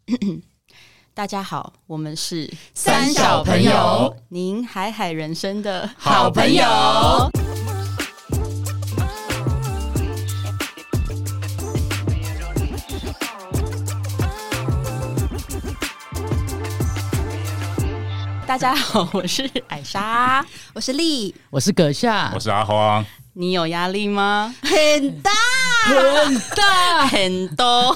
大家好，我们是三小朋友， 您海海人生的好朋友。 大家好，我是艾莎， 我是丽， 我是阁下， 我是阿荒。 你有压力吗？ 很大很大很多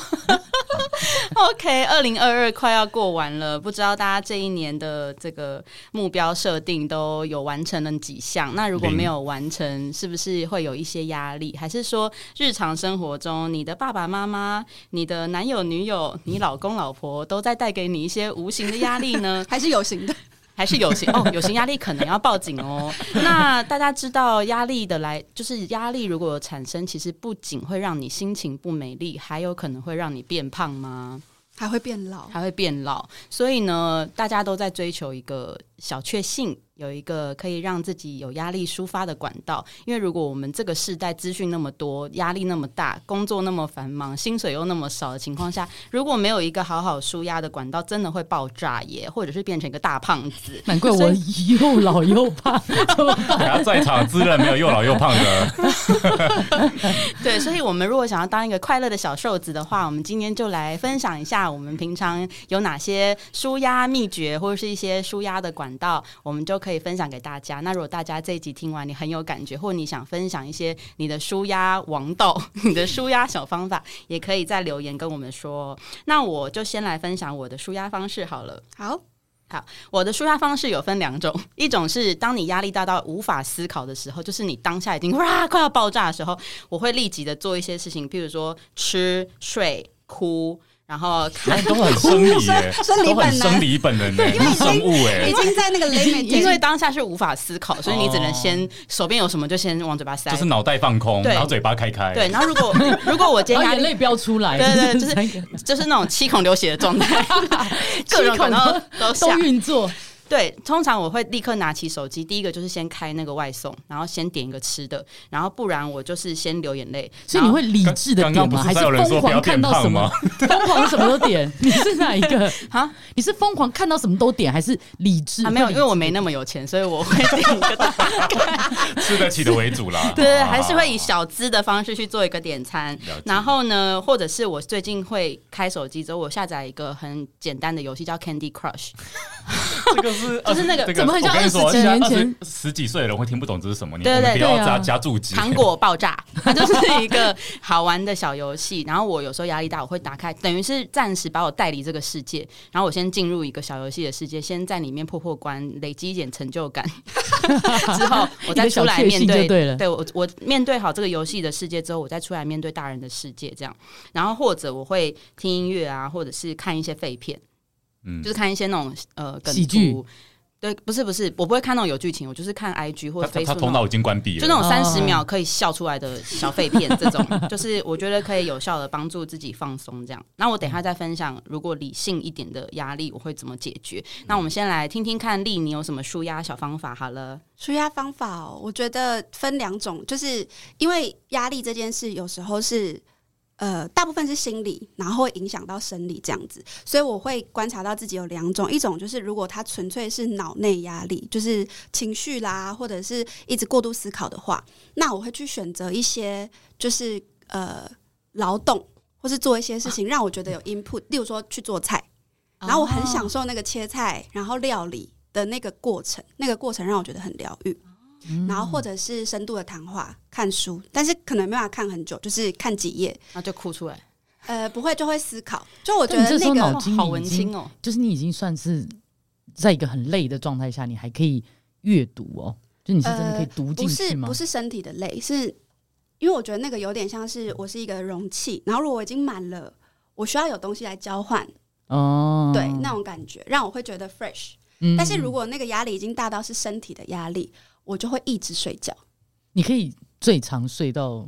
OK， 2022快要过完了，不知道大家这一年的这个目标设定都有完成了几项？那如果没有完成，是不是会有一些压力？还是说日常生活中你的爸爸妈妈、你的男友女友、你老公老婆都在带给你一些无形的压力呢？ 还是有形的？ 还是有形哦，有形压力可能要报警哦。那大家知道压力的来，就是压力如果有产生，其实不仅会让你心情不美丽，还有可能会让你变胖吗？ 还会变老， 还会变老。所以呢，大家都在追求一个小确幸，有一个可以让自己有压力抒发的管道。因为如果我们这个世代资讯那么多，压力那么大，工作那么繁忙，薪水又那么少的情况下，如果没有一个好好抒压的管道，真的会爆炸耶，或者是变成一个大胖子。 难怪我又老又胖。 在场自认没有又老又胖的。 对，所以我们如果想要当一个快乐的小瘦子的话，我们今天就来分享一下我们平常有哪些抒压秘诀，或者是一些抒压的管道，我们就可以分享给大家。那如果大家这一集听完你很有感觉，或你想分享一些你的抒压王道、你的抒压小方法，也可以在留言跟我们说。那我就先来分享我的抒压方式好了。好，我的抒压方式有分两种，一种是当你压力大到无法思考的时候，就是你当下已经快要爆炸的时候，我会立即的做一些事情，譬如说吃、睡、哭。然后都很生理耶， 都很生理本能耶，生物耶， 已经在那个 limit， 因为当下是无法思考，所以你只能先手边有什么就先往嘴巴塞， 就是脑袋放空，然后嘴巴开开。 对，然后如果我今天眼泪飙出来， 对，就是那种七孔流血的状态，各种管道都运作。 对，通常我会立刻拿起手机，第一个就是先开那个外送，然后先点一个吃的，然后不然我就是先流眼泪。 所以你会理智的点吗？还是疯狂看到什么疯狂什么都点？你是哪一个啊？你是疯狂看到什么都点，还是理智？ 没有，因为我没那么有钱，所以我会点一个大概吃得起的为主啦。 对，还是会以小资的方式去做一个点餐。然后呢，或者是我最近会开手机之后，我下载一个很简单的游戏叫 Candy Crush。 这个是就是那个怎么很像20几年前十几岁的人会听不懂这是什么？你对， 不要加注解。 糖果爆炸，它就是一个好玩的小游戏。然后我有时候压力大，我会打开，等于是暂时把我带离这个世界，然后我先进入一个小游戏的世界，先在里面破关，累积一点成就感，之后我再出来面对。对，我面对好这个游戏的世界之后，我再出来面对大人的世界，这样。然后或者我会听音乐啊，或者是看一些废片。就是看一些那种梗图，对，不是，我不会看那种有剧情，我就是看 IG 或者 Facebook， 他头脑已经关闭了， 就那种30秒可以笑出来的小废片，这种就是我觉得可以有效的帮助自己放松。这样，那我等一下再分享，如果理性一点的压力我会怎么解决。那我们先来听听看，丽你有什么抒压小方法？好了， 抒压方法我觉得分两种，就是因为压力这件事有时候是。大部分是心理，然后会影响到生理这样子，所以我会观察到自己有两种，一种就是如果它纯粹是脑内压力，就是情绪啦，或者是一直过度思考的话，那我会去选择一些就是劳动或是做一些事情让我觉得有 input， 例如说去做菜，然后我很享受那个切菜然后料理的那个过程让我觉得很疗愈。然后或者是深度的谈话，看书，但是可能没办法看很久，就是看几页， 然后就哭出来。 不会，就会思考。就我觉得那个好文青哦， 就是你已经算是在一个很累的状态下，你还可以阅读哦，就你是真的可以读进去吗？ 不是身体的累，是因为我觉得那个有点像是我是一个容器，然后如果我已经满了，我需要有东西来交换。对，那种感觉让我会觉得 fresh。但是如果那个压力已经大到是身体的压力，我就会一直睡觉。 你可以最长睡到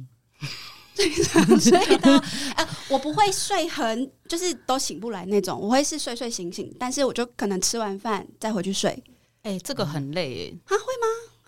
我不会睡就是都醒不来那种，我会是睡醒，但是我就可能吃完饭再回去睡。 这个很累耶。 会吗？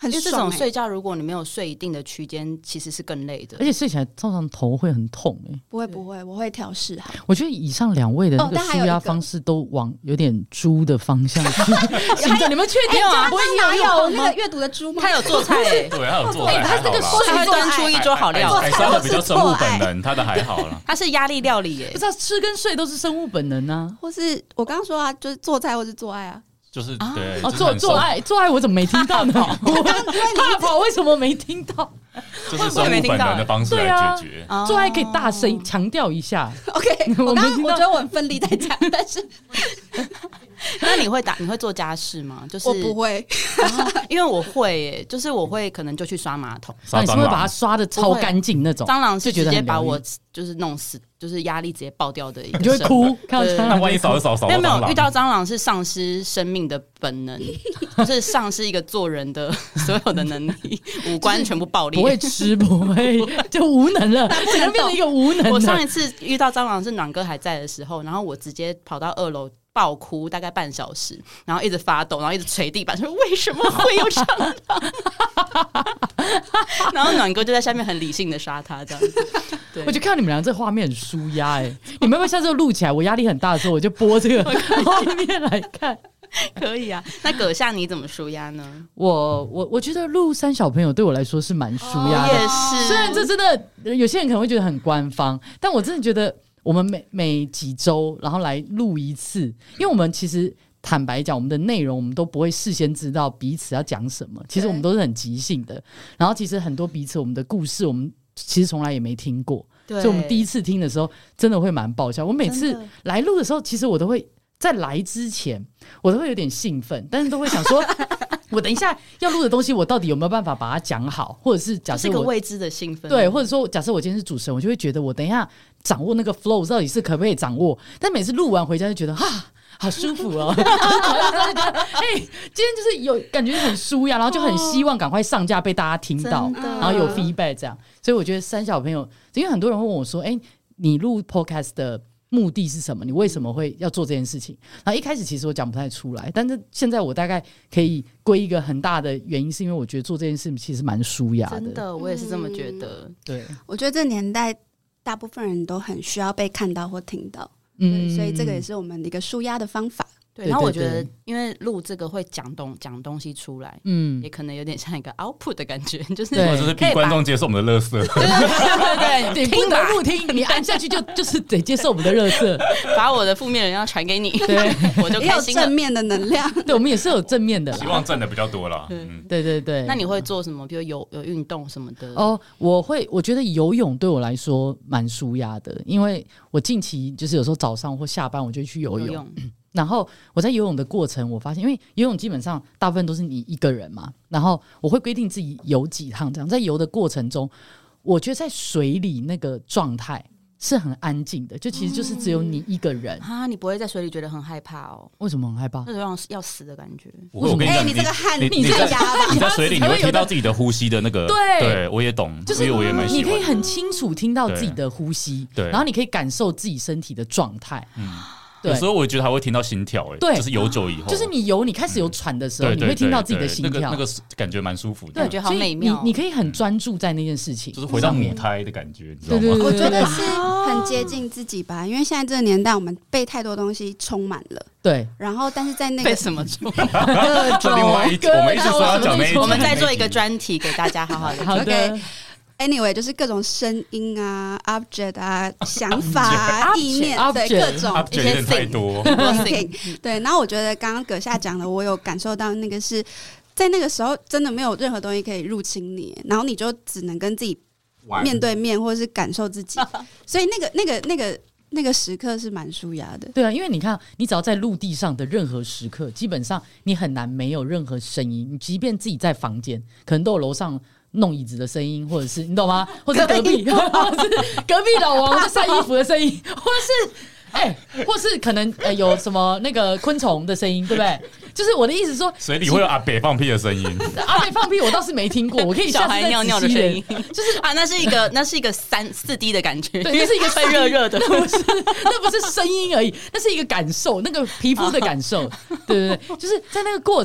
很爽。 因为这种睡觉，如果你没有睡一定的区间，其实是更累的， 而且睡起来通常头会很痛不会，我会调试好。 我觉得以上2位的那个舒压方式都往有点猪的方向去行走。你们确定吗？ 不会有那个阅读的猪吗？ 他有做菜对，他有做菜， 他这个他会端出一桌好料。 海沙的比较生物本能，他的还好啦。 他是压力料理耶， 不知道吃跟睡都是生物本能啊。 或是我刚刚说啊，就是做菜或是做爱啊。 就是对做爱我怎么没听到呢？大跑为什么没听到？ 就是生物本能的方式来解决。 做爱可以大声强调一下。 OK， 我觉得我很奋力在讲，但是那你会做家事吗？就是我不会， 因为我会耶，就是我会可能就去刷马桶， 你是会把它刷的超干净那种。 蟑螂是直接把我就是弄死，就是压力直接爆掉的一个， 你就会哭。 那万一扫没有遇到蟑螂是丧失生命的本能，就是丧失一个做人的所有的能力，五官全部爆裂， 不会吃，不会就无能了，整个变成一个无能。 我上一次遇到蟑螂是暖哥还在的时候，然后我直接跑到2楼。爆哭大概半小时，然后一直发抖，然后一直捶地板，说为什么会有蟑螂？然后暖哥就在下面很理性的杀他，这样子。对， 我就看到你们俩这画面很舒压你们要不要下次录起来？我压力很大的时候，我就播这个画面来看。 可以啊，那阁下你怎么舒压呢？ 我觉得录3小朋友对我来说是蛮舒压的， 也是。 虽然这真的有些人可能会觉得很官方，但我真的觉得。我们每几周然后来录一次，因为我们其实坦白讲我们的内容我们都不会事先知道彼此要讲什么，其实我们都是很即兴的，然后其实很多彼此我们的故事我们其实从来也没听过，所以我们第一次听的时候真的会蛮爆笑。我每次来录的时候其实我都会在来之前我都会有点兴奋，但是都会想说我等一下要录的东西我到底有没有办法把它讲好，或者是假设我是一个未知的兴奋， 对，或者说假设我今天是主持人，我就会觉得我等一下掌握那个 flow 到底是可不可以掌握，但每次录完回家就觉得好舒服哦今天就是有感觉很舒压，然后就很希望赶快上架被大家听到，然后有 feedback 这样。所以我觉得3小朋友，因为很多人会问我说你录 podcast 的目的是什么？你为什么会要做这件事情？然后一开始其实我讲不太出来，但是现在我大概可以归一个很大的原因，是因为我觉得做这件事其实蛮舒压的。 真的，我也是这么觉得。 对， 我觉得这年代大部分人都很需要被看到或听到，所以这个也是我们的一个舒压的方法。 对，然后我觉得，因为录这个会讲东西出来，也可能有点像一个 output 的感觉，就是逼观众接受我们的垃圾。 对，听的不听，你按下去就是得接受我们的垃圾， 把我的负面能量传给你， 对， 我就开心了。 也有正面的能量， 对，我们也是有正面的啦， 希望正的比较多啦。 对。 那你会做什么？比如有运动什么的？ 我觉得游泳对我来说蛮舒压的，因为我近期就是有时候早上或下班我就去游泳。然后我在游泳的过程我发现，因为游泳基本上大部分都是你一个人嘛，然后我会规定自己游几趟这样，在游的过程中我觉得在水里那个状态是很安静的，就其实就是只有你一个人你不会在水里觉得很害怕哦？ 为什么很害怕？ 那种要死的感觉。 我跟你讲， 你这个汗你在家吧？ 你在水里你会听到自己的呼吸的那个，对，我也懂， 就是我也蛮喜欢。 你可以很清楚听到自己的呼吸，对，然后你可以感受自己身体的状态。 有时候我觉得还会听到心跳， 对， 就是游久以后， 就是你开始有喘的时候，你会听到自己的心跳， 那个感觉蛮舒服的， 对，我觉得好美妙。 你可以很专注在那件事情， 就是回到母胎的感觉，你知道吗？ 我觉得是很接近自己吧，因为现在这个年代，我们被太多东西充满了， 对。 然后，但是在那个被什么充？ 另外我们一直说要讲那一集， 我们再做一个专题给大家，好好的。 好的。 Anyway， 就是各种声音啊、object 啊、想法啊、意念，对各种一些太多。 对，然后我觉得刚刚阁下讲的，我有感受到那个是在那个时候真的没有任何东西可以入侵你，然后你就只能跟自己面对面，或者是感受自己，所以那个时刻是蛮舒压的。 对啊，因为你看，你只要在陆地上的任何时刻，基本上你很难没有任何声音，你即便自己在房间，可能都有楼上弄椅子的声音，或者是你懂吗？或者是隔壁老王在晒衣服的声音，或是可能有什么那个昆虫的声音，对不对？就是我的意思说， 水里会有阿北放屁的声音。 阿北放屁我倒是没听过，我可以小孩尿尿的声音， 就是那是一个4D 的感觉， 对，那是一个会热热的， 那不是声音而已，那是一个感受，那个皮肤的感受，对，就是在那个过程。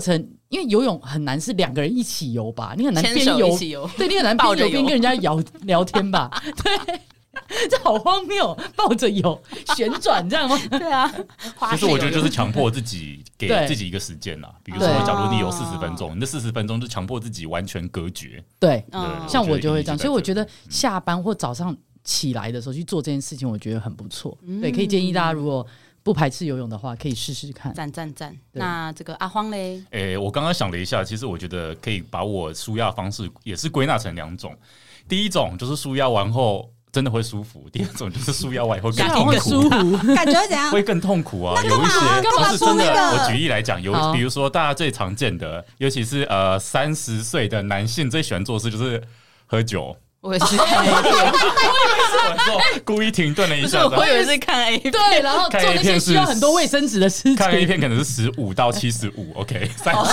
因为游泳很难是2个人一起游吧，你很难牵手边游一起游， 对，你很难边游边跟人家聊天吧？对。这好荒谬，抱着游旋转这样吗？ 对啊， 其实我觉得就是强迫自己给自己一个时间啦，比如说，假如你有40分钟，你的40分钟就强迫自己完全隔绝。 对，像我我就会这样，所以我觉得下班或早上起来的时候去做这件事情，我觉得很不错。对，可以建议大家如果不排斥游泳的话，可以试试看。 赞。那这个阿荒嘞？ 我刚刚想了一下，其实我觉得可以把我舒压的方式也是归纳成2种。第一种就是舒压完后真的会舒服，第二种就是舒压完以后更痛苦， 感觉会怎样？ 会更痛苦啊！有一些就是真的，我举例来讲，比如说大家最常见的，尤其是30岁的男性最喜欢做的事就是喝酒。 我也是， 故意停顿了一下， 我以为是看 A 片， 对，然后做那些需要很多卫生纸的事情。 看 A 片可能是15到75，OK，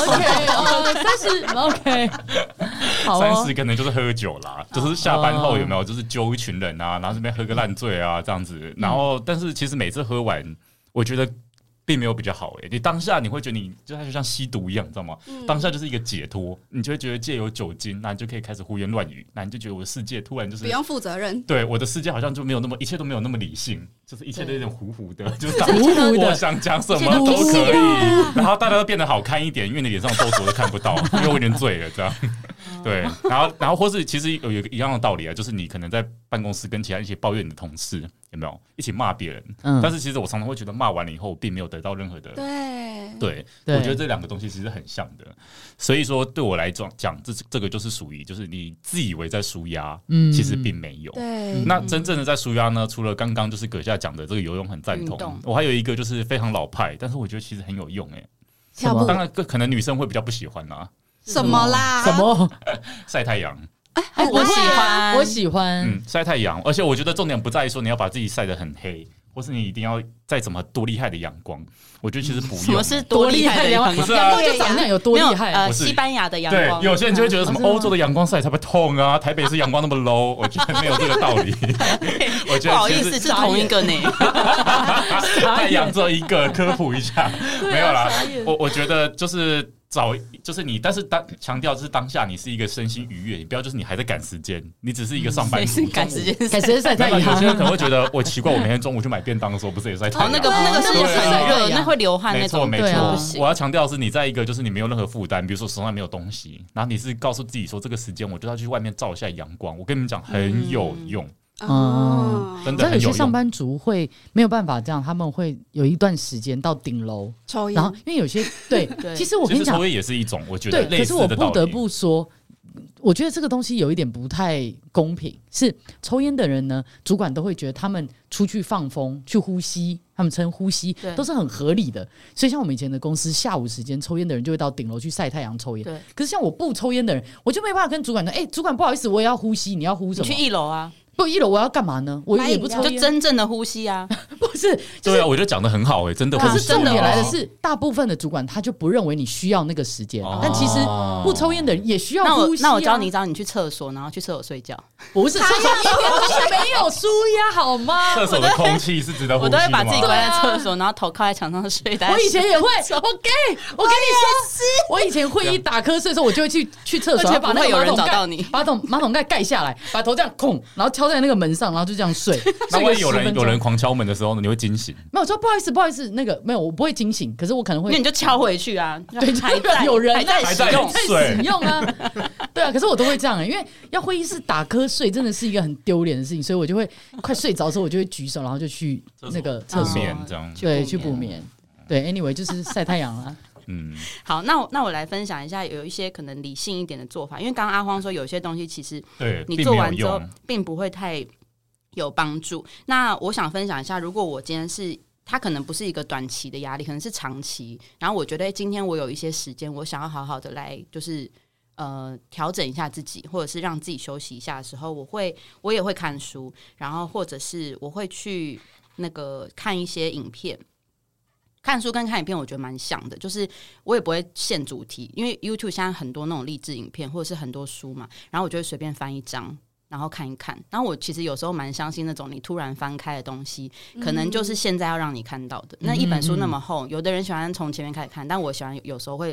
30，OK， 好 ，30可能就是喝酒啦，就是下班后有没有就是揪一群人啊，然后这边喝个烂醉啊这样子，然后但是其实每次喝完，我觉得并没有比较好你当下你会觉得它就像吸毒一样，你知道吗？当下就是一个解脱，你就会觉得借由酒精，那你就可以开始胡言乱语，那你就觉得我的世界突然就是不用负责任， 对，我的世界好像就没有那么一切都没有那么理性，就是一切都有点糊糊的，就是我想讲什么都可以，然后大家都变得好看一点，因为你脸上的痘痘都看不到，因为我有点醉了这样。对，然后或是其实有一个一样的道理啊，就是你可能在办公室跟其他一起抱怨你的同事，有没有一起骂别人？但是其实我常常会觉得骂完了以后，我并没有得到任何的对，我觉得这2个东西其实很像的，所以说对我来讲，这个就是属于就是你自以为在舒压，其实并没有。 对， 那真正的在舒压呢，除了刚刚就是阁下讲的这个游泳很赞同，我还有一个就是非常老派，但是我觉得其实很有用跳步， 当然可能女生会比较不喜欢啦。 什么啦？ 什么？ 晒太阳。 我喜欢， 晒太阳，而且我觉得重点不在于说你要把自己晒得很黑，或是你一定要再怎么多厉害的阳光，我觉得其实不用。 什么是多厉害的阳光？ 不是啊， 就长那样有多厉害？ 西班牙的阳光， 对，有些人就会觉得什么欧洲的阳光晒才会痛啊，台北市阳光那么 low， 我觉得没有这个道理。我觉得不好意思，是同一个呢。 太阳只有一个，科普一下，没有啦。我觉得就是你，但是强调是当下你是一个身心愉悦，你不要就是你还在赶时间，你只是一个上班族， 赶时间晒太阳。 有些人可能会觉得，我奇怪，我每天中午去买便当的时候，不是也晒太阳？ 那个是很热，那会流汗那种。 没错。我要强调的是，你在一个就是你没有任何负担，比如说手上没有东西，然后你是告诉自己说，这个时间我就要去外面照一下阳光。我跟你们讲，很有用。真的很有用。 有些上班族会没有办法这样，他们会有一段时间到顶楼抽烟， 然后因为有些对，其实我跟你讲， 抽烟也是一种，我觉得类似的道理。 可是我不得不说，我觉得这个东西有一点不太公平，是抽烟的人呢，主管都会觉得他们出去放风、去呼吸，他们称呼吸都是很合理的。所以像我们以前的公司，下午时间抽烟的人就会到顶楼去晒太阳抽烟。可是像我不抽烟的人，我就没办法跟主管说：“主管不好意思，我也要呼吸，你要呼什么？” 你去1楼啊。 不，1楼我要干嘛呢？我也不抽烟， 就真正的呼吸啊！ 不是， 对啊，我觉得讲得很好真的。 可是重点来的是，大部分的主管他就不认为你需要那个时间，但其实不抽烟的人也需要呼吸。 那我教你去厕所，然后去厕所睡觉。 不是，厕所一点都没有舒压好吗？ 厕所的空气是值得呼吸的吗？ 我都会把自己关在厕所，然后头靠在墙上睡。 我以前也会，我跟你说，我以前会议打瞌睡的时候，我就会去厕所， 把那个马桶盖盖下来，把头这样空，然后敲在那个门上，然后就这样睡。 那万一有人狂敲门的时候呢？你会惊醒？ 没有，我说不好意思，那个没有，我不会惊醒，可是我可能会， 那你就敲回去啊。 对，还在有人在使用啊。对啊，可是我都会这样因为要会议室打瞌睡真的是一个很丢脸的事情，所以我就会快睡着的时候，我就会举手，然后就去那个厕所这样， 对，去补眠。对 ，anyway 就是晒太阳啦。 好，那我来分享一下，有一些可能理性一点的做法，因为刚刚阿荒说有些东西其实你做完之后并不会太有帮助。那我想分享一下，如果我今天它可能不是一个短期的压力，可能是长期，然后我觉得今天我有一些时间，我想要好好的来就是调整一下自己，或者是让自己休息一下的时候，我也会看书，然后或者是我会去那个看一些影片。看书跟看影片我觉得蛮像的，就是我也不会限主题，因为 YouTube 现在很多那种励志影片或者是很多书嘛，然后我就会随便翻一张然后看一看，然后我其实有时候蛮相信那种你突然翻开的东西可能就是现在要让你看到的。那一本书那么厚，有的人喜欢从前面开始看，但我喜欢有时候会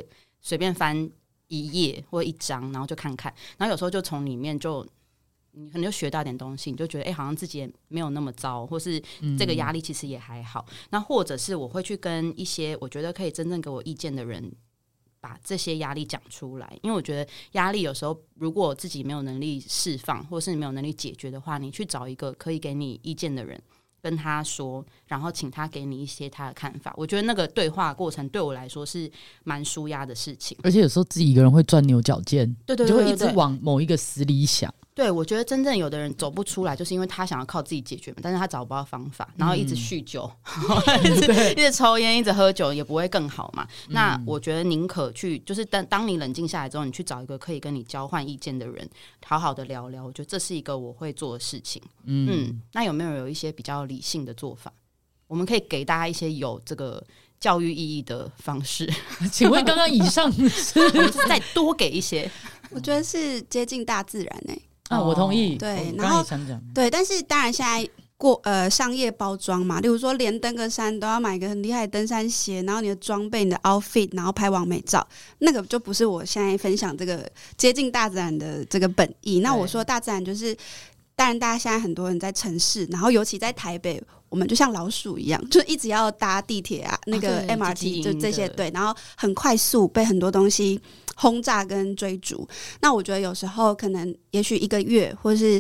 随便翻一页或一章，然后就看看，然后有时候就从里面你可能就学到点东西，你就觉得好像自己也没有那么糟，或是这个压力其实也还好。那或者是我会去跟一些我觉得可以真正给我意见的人把这些压力讲出来，因为我觉得压力有时候如果自己没有能力释放，或是你没有能力解决的话，你去找一个可以给你意见的人跟他说，然后请他给你一些他的看法，我觉得那个对话过程对我来说是蛮抒压的事情。 而且有时候自己一个人会钻牛角尖， 对， 就会一直往某一个死里想。 对，我觉得真正有的人走不出来，就是因为他想要靠自己解决嘛，但是他找不到方法，然后一直酗酒，一直抽烟，一直喝酒，也不会更好嘛。那我觉得宁可去，就是当你冷静下来之后，你去找一个可以跟你交换意见的人，好好的聊聊。我觉得这是一个我会做的事情。那有没有一些比较理性的做法？我们可以给大家一些有这个教育意义的方式。 请问刚刚以上是我们再多给一些？ 我觉得是接近大自然我同意。 对， 然后对，但是当然现在商业包装嘛，例如说连登个山都要买个很厉害的登山鞋，然后你的装备、你的 outfit， 然后拍完美照，那个就不是我现在分享这个接近大自然的这个本意。那我说大自然就是，当然大家现在很多人在城市，然后尤其在台北，我们就像老鼠一样，就一直要搭地铁啊，那个 MRT 就这些，对，然后很快速被很多东西轰炸跟追逐。那我觉得有时候可能也许1个月或是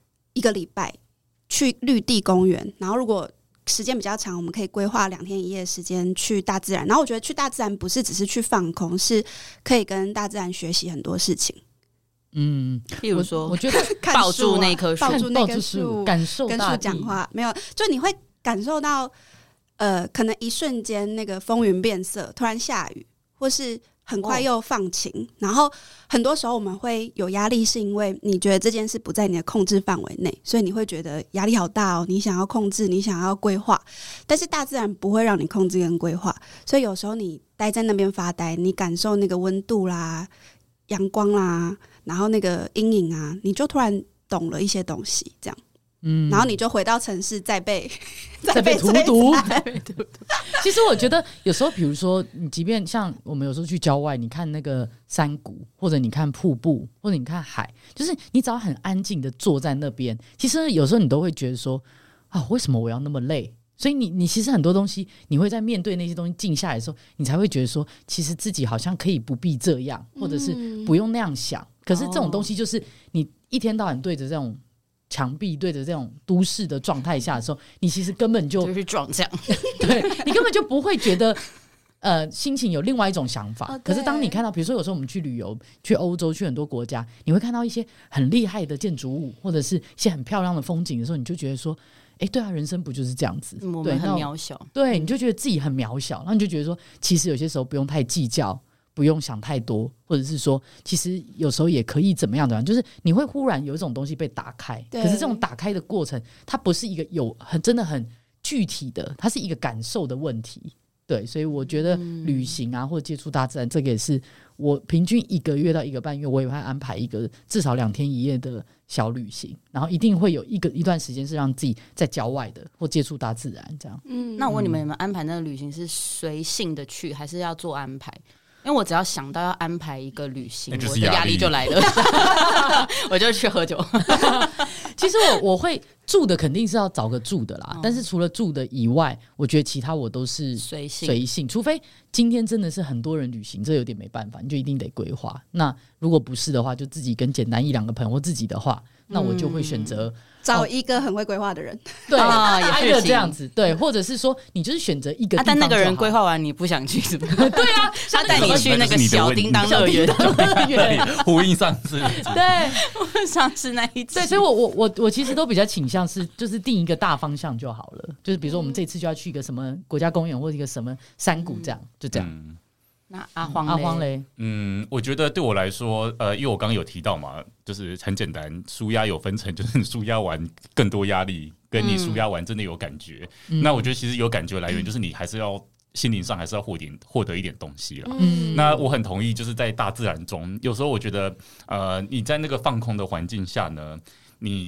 1个礼拜去绿地公园，然后如果时间比较长，我们可以规划2天1夜的时间去大自然。然后我觉得去大自然不是只是去放空，是可以跟大自然学习很多事情。 譬如说， 我觉得抱住那棵树， 抱住那棵树， 感受跟树讲话，没有，就你会感受到，可能一瞬间那个风云变色，突然下雨，或是很快又放晴。然后很多时候我们会有压力，是因为你觉得这件事不在你的控制范围内，所以你会觉得压力好大哦。你想要控制，你想要规划，但是大自然不会让你控制跟规划，所以有时候你待在那边发呆，你感受那个温度啦、阳光啦，然后那个阴影啊，你就突然懂了一些东西，这样。然后你就回到城市，再被荼毒。其实我觉得有时候，比如说你即便像我们有时候去郊外，你看那个山谷，或者你看瀑布，或者你看海，就是你只要很安静的坐在那边，其实有时候你都会觉得说为什么我要那么累？所以你其实很多东西，你会在面对那些东西静下来的时候，你才会觉得说，其实自己好像可以不必这样，或者是不用那样想。可是这种东西就是你一天到晚对着这种墙壁，对着这种都市的状态下的时候，你其实根本就是撞墙， 对，你根本就不会觉得心情有另外一种想法。可是当你看到，比如说有时候我们去旅游，去欧洲，去很多国家，你会看到一些很厉害的建筑物，或者是一些很漂亮的风景的时候，你就觉得说，对啊，人生不就是这样子？ 我们很渺小， 对，你就觉得自己很渺小，然后你就觉得说，其实有些时候不用太计较，不用想太多，或者是说，其实有时候也可以怎么样的，就是你会忽然有一种东西被打开。可是这种打开的过程，它不是一个真的很具体的，它是一个感受的问题。对，所以我觉得旅行啊，或者接触大自然，这个也是我平均1个月到1个半月，我也会安排一个至少2天1夜的小旅行，然后一定会有一段时间是让自己在郊外的或接触大自然这样。 那我问你们有没有安排那个旅行是随性的去，还是要做安排？因为我只要想到要安排一个旅行，我的压力就来了，我就去喝酒。 其实我会住的肯定是要找个住的啦，但是除了住的以外，我觉得其他我都是随性，除非今天真的是很多人旅行，这有点没办法，你就一定得规划。那如果不是的话，就自己跟简单1、2个朋友或自己的话，那我就会选择找一个很会规划的人， 对也是这样子，对，或者是说你就是选择一个地方但那个人规划完你不想去，是不是？ 对啊， 他带你去那个小叮当乐园， 呼应上次， 对，上次那一次， 对，所以我其实都比较倾向是就是定一个大方向就好了，就是比如说我们这次就要去一个什么国家公园或者一个什么山谷这样，就这样。 那阿荒嘞？ 我觉得对我来说，因为我刚刚有提到嘛，就是很简单，舒压有分成，就是你舒压完更多压力，跟你舒压完真的有感觉。那我觉得其实有感觉来源，就是你还是要心灵上还是要获得一点东西啦。那我很同意，就是在大自然中，有时候我觉得，你在那个放空的环境下呢，你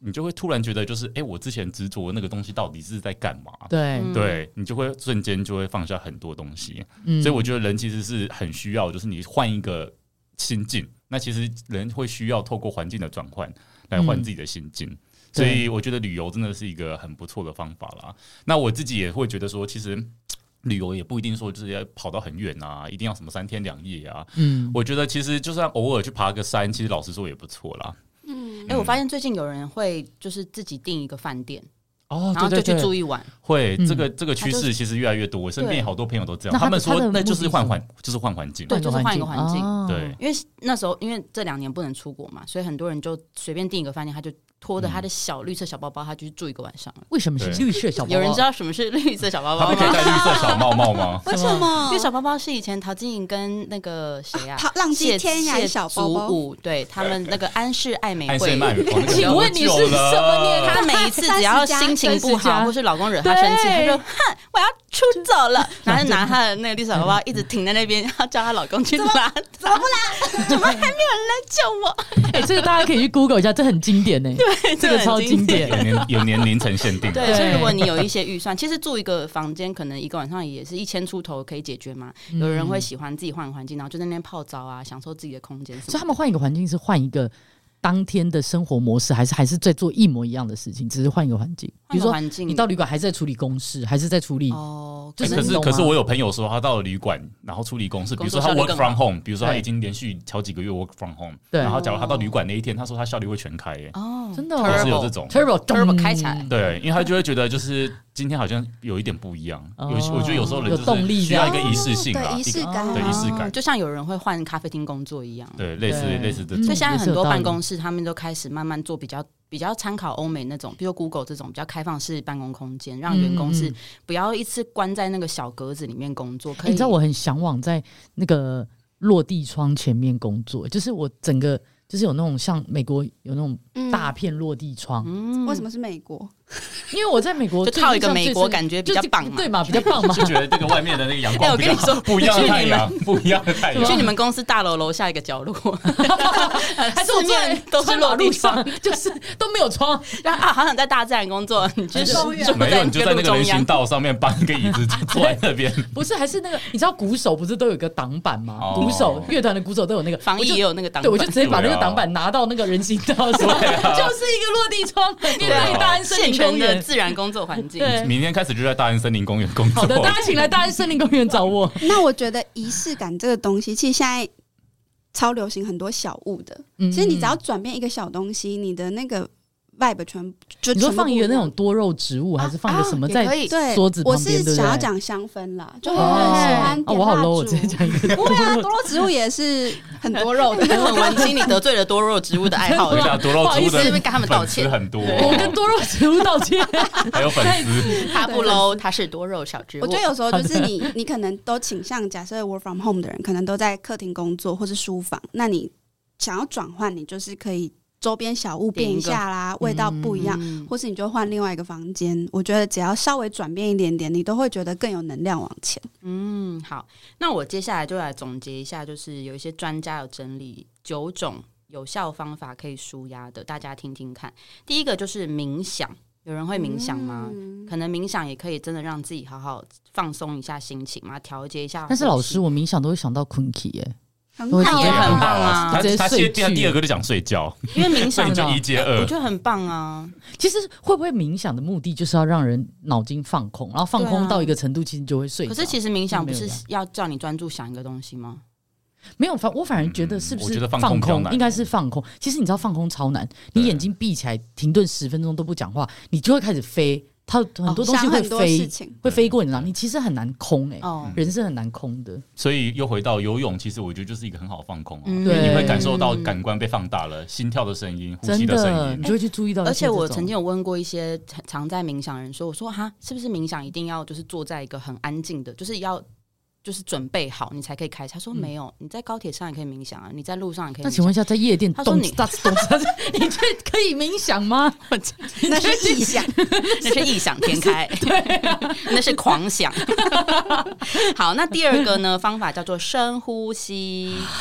你就会突然觉得就是我之前执着的那个东西到底是在干嘛？ 对， 你就会瞬间就会放下很多东西。所以我觉得人其实是很需要，就是你换一个心境。那其实人会需要透过环境的转换来换自己的心境。所以我觉得旅游真的是一个很不错的方法啦。那我自己也会觉得说，其实旅游也不一定说就是要跑到很远啊，一定要什么3天2夜啊。我觉得其实就算偶尔去爬个山，其实老实说也不错啦。 我发现最近有人会就是自己订一个饭店， 然后就去住一晚。 会，这个趋势其实越来越多。我身边好多朋友都这样，他们说那就是换环境， 对，就是换一个环境。 对， 因为那时候因为这2年不能出国嘛，所以很多人就随便订一个饭店，他就拖着他的小绿色小包包，他就去住一个晚上了。 为什么是绿色小包包？ 有人知道什么是绿色小包包吗？ 他们可以戴绿色小帽帽吗？ 为什么？ 因为小包包是以前陶晶莹跟那个谁啊， 浪迹天涯小包包， 对他们那个安室爱美惠。 请问你是什么年？ 她每一次只要心情不好，或是老公惹她生气，她就哼，我要出走了，然后就拿她的那个绿色小包包一直停在那边，然后叫她老公去拿。 怎么不拿？ 怎么还没有人来救我？ 这个大家可以去 Google 一下，这很经典呢。 对， 这个超经典， 有年龄层限定。 对，所以如果你有一些预算，其实住一个房间可能一个晚上也是1000出头可以解决嘛。有人会喜欢自己换环境，然后就在那边泡澡啊，享受自己的空间。 所以他们换一个环境是换一个当天的生活模式，还是在做一模一样的事情，只是换一个环境。比如说你到旅馆还是在处理公事，还是在处理可是我有朋友说他到了旅馆然后处理公事，比如说他 work from home， 比如说他已经连续好几个月 work from home， 然后假如他到旅馆那一天，他说他效率会全开真的也是有这种 turbo 开起来。 对，因为他就会觉得就是今天好像有一点不一样。我觉得有时候人就是需要一个仪式性啦， 仪式感， 对，仪式感， 就像有人会换咖啡厅工作一样。 对，类似这种。 所以现在很多办公室他们都开始慢慢做比较参考欧美那种，比如 Google 这种比较开放式办公空间，让员工是不要一次关在那个小格子里面工作。 你知道我很向往在那个落地窗前面工作，就是我整个就是有那种像美国有那种大片落地窗。 为什么是美国？ 因为我在美国就靠一个美国感觉比较棒嘛， 对嘛，比较棒嘛， 就觉得这个外面的那个阳光，我跟你说不一样的太阳，不一样的太阳。 去你们公司大楼楼下一个角落， 还是我面都是落地窗，就是都没有窗。 然后好想在大自然工作，你就是没有，你就在那个人行道上面搬一个椅子坐在那边。 不是，还是那个你知道鼓手不是都有个挡板吗？鼓手乐团的鼓手都有那个， 防疫也有那个挡板。 对，我就直接把那个挡板拿到那个人行道上，就是一个落地窗，面对大安森林公园的自然工作环境。 明天开始就在大安森林公园工作。 好的，大家请来大安森林公园找我。 那我觉得仪式感这个东西，其实现在超流行很多小物的。其实你只要转变一个小东西，你的那个 vibe 你说放一个那种多肉植物，还是放个什么在桌子旁边？ 我是想要讲香氛啦，就很喜欢点蜡烛。 我好 low， 我直接讲一个。 不会啊，多肉植物也是很多肉的， 很文青。你得罪了多肉植物的爱好者， 多肉植物的跟他们道歉很多。 我跟多肉植物道歉， 还有粉丝， 他不 low， 他是多肉小植物。 我觉得有时候就是你可能都倾向，假设 work from home 的人，可能都在客厅工作或是书房，那你想要转换，你就是可以周边小物变一下啦，味道不一样，或是你就换另外一个房间。我觉得只要稍微转变一点点，你都会觉得更有能量往前。 好，那我接下来就来总结一下，就是有一些专家有整理9种有效方法可以抒压的，大家听听看。第一个就是冥想。有人会冥想吗？可能冥想也可以真的让自己好好放松一下心情嘛，调节一下。 但是老师，我冥想都会想到困起耶。 很好， 也很棒啊！ 他第二个就讲睡觉， 因为冥想就1接2， 我觉得很棒啊。 其实会不会冥想的目的就是要让人脑筋放空，然后放空到一个程度，其实就会睡着。 可是其实冥想不是要叫你专注想一个东西吗？ 没有，我反而觉得是不是放空应该是放空。其实你知道放空超难，你眼睛闭起来停顿10分钟都不讲话，你就会开始飞。它很多东西会飞，会飞过你脑，你其实很难空人是很难空的。 所以又回到游泳，其实我觉得就是一个很好的放空啊，因为你会感受到感官被放大了，心跳的声音、呼吸的声音， 你就会去注意到。 而且我曾经有问过一些常在冥想的人说，我说哈，是不是冥想一定要就是坐在一个很安静的，就是准备好你才可以开始。他说没有，你在高铁上也可以冥想啊，你在路上也可以冥想。 那请问一下，在夜店， 他说你这可以冥想吗？ 那是臆想， 那是异想天开，对，那是狂想。好，那第二个呢方法叫做深呼吸。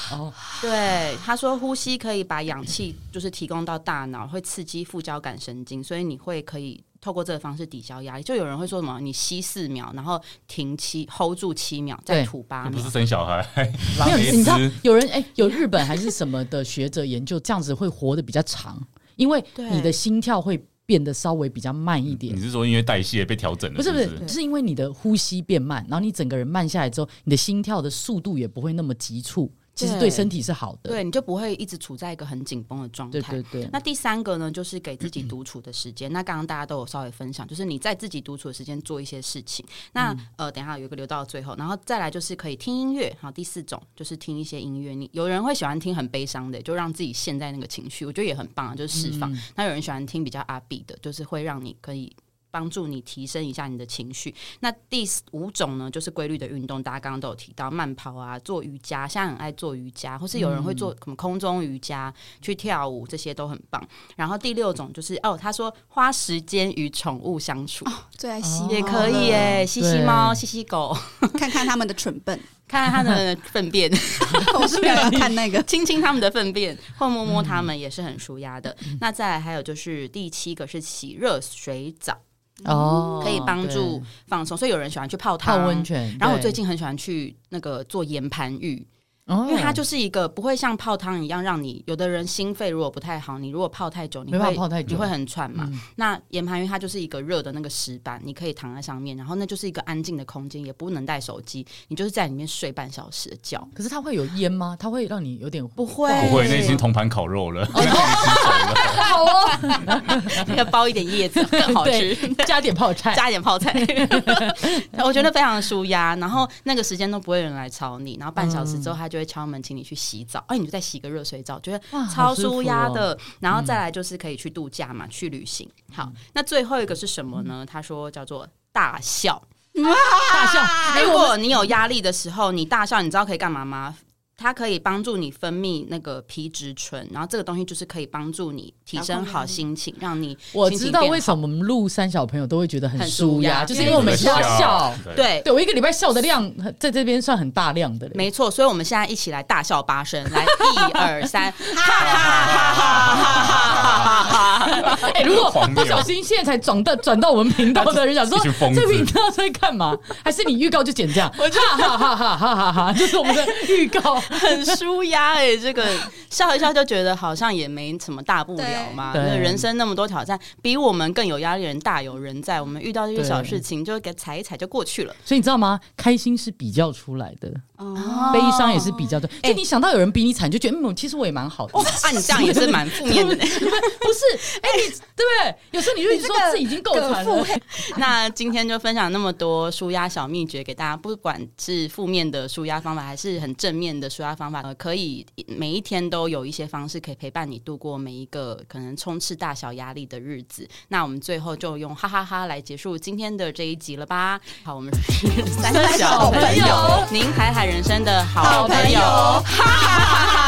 哦， 对，他说呼吸可以把氧气就是提供到大脑，会刺激副交感神经，所以你会可以透过这个方式抵消压力。就有人会说什么，你吸4秒，然后停hold 住7秒，再吐8秒。 不是生小孩， 没有，你知道有人有日本还是什么的学者研究，这样子会活得比较长，因为你的心跳会变得稍微比较慢一点。 你是说因为代谢被调整了？ 不是，是因为你的呼吸变慢，然后你整个人慢下来之后，你的心跳的速度也不会那么急促。其实对身体是好的， 对，你就不会一直处在一个很紧绷的状态。 对。 那第3个呢，就是给自己独处的时间。那刚刚大家都有稍微分享，就是你在自己独处的时间做一些事情。那等一下有一个留到最后，然后再来就是可以听音乐。好，第4种就是听一些音乐。有人会喜欢听很悲伤的，就让自己陷在那个情绪，我觉得也很棒，就是释放。那有人喜欢听比较upbeat的，就是会让你可以帮助你提升一下你的情绪。那第5种呢，就是规律的运动，大家刚刚都有提到，慢跑啊，做瑜伽，现在很爱做瑜伽，或是有人会做什么空中瑜伽，去跳舞，这些都很棒。然后第6种就是他说花时间与宠物相处， 最爱吸也可以耶，吸吸猫，吸吸狗， 看看他们的蠢笨。 看看他的粪便， 我是没有要看那个， 亲亲他们的粪便，或摸摸他们，也是很舒压的。那再来还有就是第7个是洗热水澡。可以帮助放松，所以有人喜欢去泡汤、 泡温泉。 然后我最近很喜欢去那个做岩盘浴。因为它就是一个不会像泡汤一样让你，有的人心肺如果不太好，你如果泡太久，你会很喘嘛。那岩盘浴它就是一个热的那个石板，你可以躺在上面，然后那就是一个安静的空间，也不能带手机，你就是在里面睡半小时的觉。 可是它会有烟吗？它会让你有点不会， 那已经铜盘烤肉了。 好哦， 那个包一点叶子更好吃， 加点泡菜， 我觉得非常舒压。然后那个时间都不会有人来吵你，然后半小时之后他就会敲门请你去洗澡，你就再洗个热水澡，觉得超舒压的。然后再来就是可以去度假嘛，去旅行。好，那最后一个是什么呢？他说叫做大笑。 大笑， 如果你有压力的时候，你大笑，你知道可以干嘛吗？它可以帮助你分泌那个皮质醇，然后这个东西就是可以帮助你提升好心情，让你心情变好。 我知道为什么我们录3小朋友都会觉得很舒压，就是因为我每次要笑。对，我一个礼拜笑的量在这边算很大量的。 没错，所以我们现在一起来大笑8声，来1、2、3，哈哈哈哈哈哈！ 如果不小心现在才转到我们频道的人，想说这频道在干嘛？还是你预告就剪这样？哈哈哈哈哈哈！就是我们的预告。 很舒压这个笑一笑就觉得好像也没什么大不了嘛。人生那么多挑战，比我们更有压力的人大有人在。我们遇到这些小事情，就给踩一踩就过去了。 所以你知道吗？开心是比较出来的，悲伤也是比较的。就你想到有人比你惨，就觉得其实我也蛮好的。 你这样也是蛮负面的。 不是，你对不对？有时候你就说自己已经够惨了。 那今天就分享那么多舒压小秘诀给大家，不管是负面的舒压方法，还是很正面的舒压方法，可以每一天都有一些方式可以陪伴你度过每一个可能充斥大小压力的日子。那我们最后就用哈哈哈来结束今天的这一集了吧。好，我们是3个小朋友，您海海人生的好朋友，哈哈哈哈。